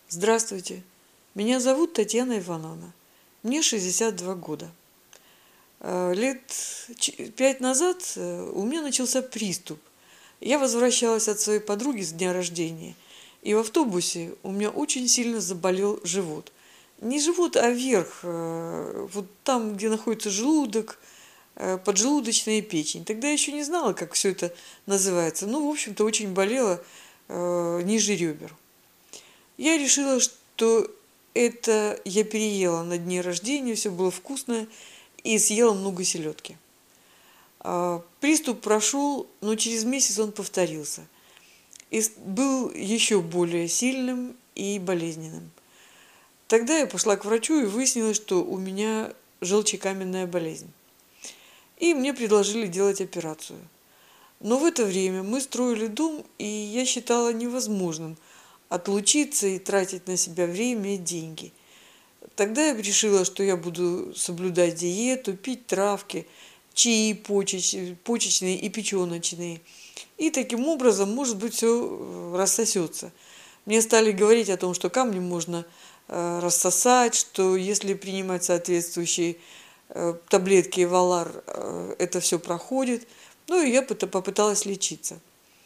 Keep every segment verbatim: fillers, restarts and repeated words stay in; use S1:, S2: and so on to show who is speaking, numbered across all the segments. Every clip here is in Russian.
S1: Здравствуйте, меня зовут Татьяна Ивановна, мне шестьдесят два года. Э, Лет ч- пять назад э, у меня начался приступ. Я возвращалась от своей подруги с дня рождения, и в автобусе у меня очень сильно заболел живот. Не живот, а верх, э, вот там, где находится желудок, э, поджелудочная и печень. Тогда я еще не знала, как все это называется. Ну, в общем-то, очень болело э, ниже ребер. Я решила, что это я переела на дне рождения, все было вкусно, и съела много селедки. А, Приступ прошел, но через месяц он повторился. И был еще более сильным и болезненным. Тогда я пошла к врачу и выяснилось, что у меня желчекаменная болезнь. И мне предложили делать операцию. Но в это время мы строили дом, и я считала невозможным отлучиться и тратить на себя время и деньги. Тогда я решила, что я буду соблюдать диету, пить травки, чаи почеч, почечные и печеночные. И таким образом, может быть, все рассосется. Мне стали говорить о том, что камни можно э, рассосать, что если принимать соответствующие э, таблетки Валар, э, это все проходит. Ну и я попыталась лечиться.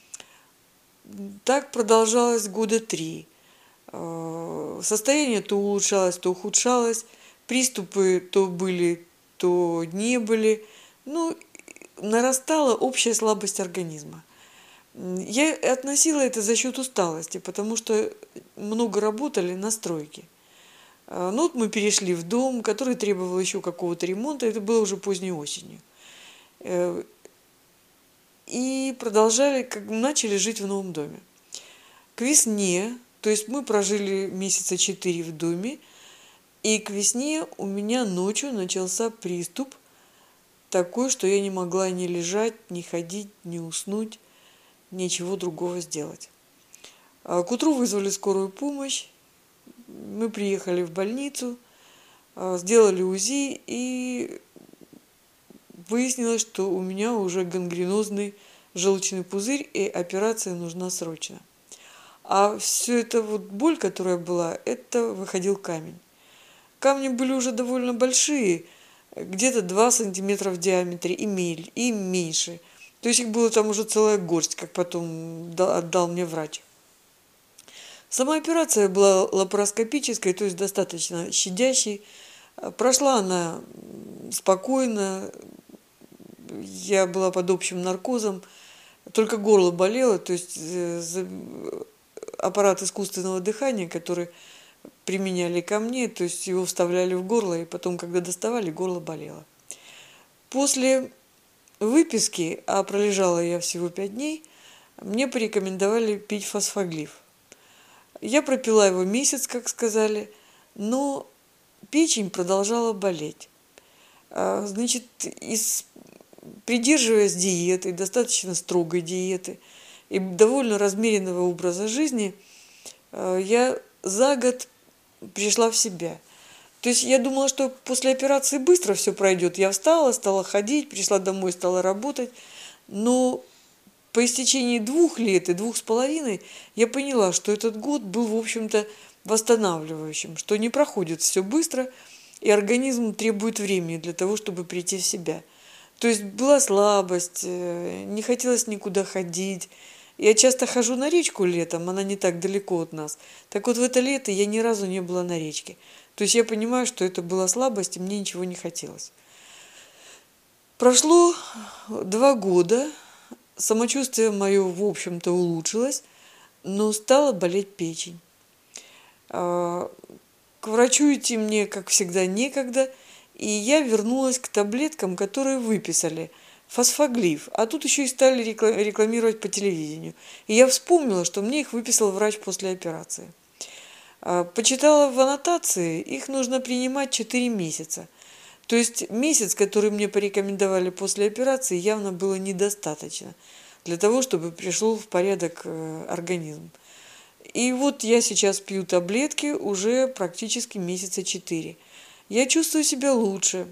S1: Так продолжалось года три. Состояние то улучшалось, то ухудшалось, приступы то были, то не были. Ну, нарастала общая слабость организма. Я относила это за счет усталости, потому что много работали на стройке. Ну вот мы перешли в дом, который требовал еще какого-то ремонта, это было уже поздней осенью. И продолжали, как начали жить в новом доме. К весне, то есть мы прожили месяца четыре в доме, и к весне у меня ночью начался приступ такой, что я не могла ни лежать, ни ходить, ни уснуть, ничего другого сделать. К утру вызвали скорую помощь, мы приехали в больницу, сделали УЗИ, и выяснилось, что у меня уже гангренозный желчный пузырь, и операция нужна срочно. А все это вот боль, которая была, это выходил камень. Камни были уже довольно большие, где-то два сантиметра в диаметре и, мель, и меньше. То есть их было там уже целая горсть, как потом отдал мне врач. Сама операция была лапароскопической, то есть достаточно щадящей. Прошла она спокойно, я была под общим наркозом, только горло болело, то есть аппарат искусственного дыхания, который применяли ко мне, то есть его вставляли в горло, и потом, когда доставали, горло болело. После выписки, а пролежала я всего пять дней, мне порекомендовали пить фосфоглиф. Я пропила его месяц, как сказали, но печень продолжала болеть. Значит, из, придерживаясь диеты, достаточно строгой диеты и довольно размеренного образа жизни, я за год пришла в себя. То есть я думала, что после операции быстро все пройдет. Я встала, стала ходить, пришла домой, стала работать. Но по истечении двух лет и двух с половиной я поняла, что этот год был, в общем-то, восстанавливающим, что не проходит все быстро, и организм требует времени для того, чтобы прийти в себя. То есть была слабость, не хотелось никуда ходить. Я часто хожу на речку летом, она не так далеко от нас. Так вот в это лето я ни разу не была на речке. То есть я понимаю, что это была слабость, и мне ничего не хотелось. Прошло два года, самочувствие мое, в общем-то, улучшилось, но стала болеть печень. К врачу идти мне, как всегда, некогда, и я вернулась к таблеткам, которые выписали. Фосфоглиф, а тут еще и стали рекламировать по телевидению. И я вспомнила, что мне их выписал врач после операции. Почитала в аннотации, их нужно принимать четыре месяца. То есть месяц, который мне порекомендовали после операции, явно было недостаточно для того, чтобы пришел в порядок организм. И вот я сейчас пью таблетки уже практически месяца четыре. Я чувствую себя лучше.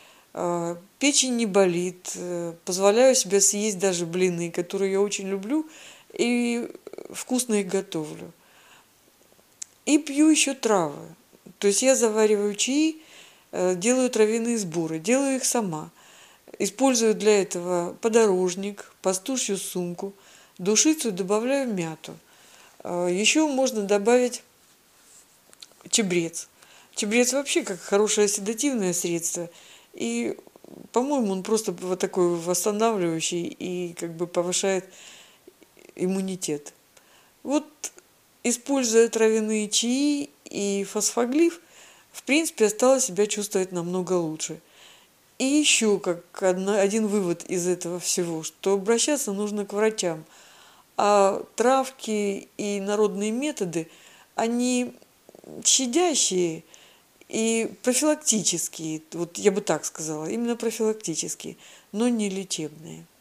S1: Печень не болит, позволяю себе съесть даже блины, которые я очень люблю, и вкусно их готовлю. И пью еще травы. То есть я завариваю чаи, делаю травяные сборы, делаю их сама. Использую для этого подорожник, пастушью сумку, душицу, добавляю мяту. Еще можно добавить чабрец. Чабрец вообще как хорошее седативное средство. И, по-моему, он просто вот такой восстанавливающий и как бы повышает иммунитет. Вот, используя травяные чаи и фосфоглиф, в принципе, я стала себя чувствовать намного лучше. И еще как одна, один вывод из этого всего, что обращаться нужно к врачам. А травки и народные методы, они щадящие и профилактические, вот я бы так сказала, именно профилактические, но не лечебные.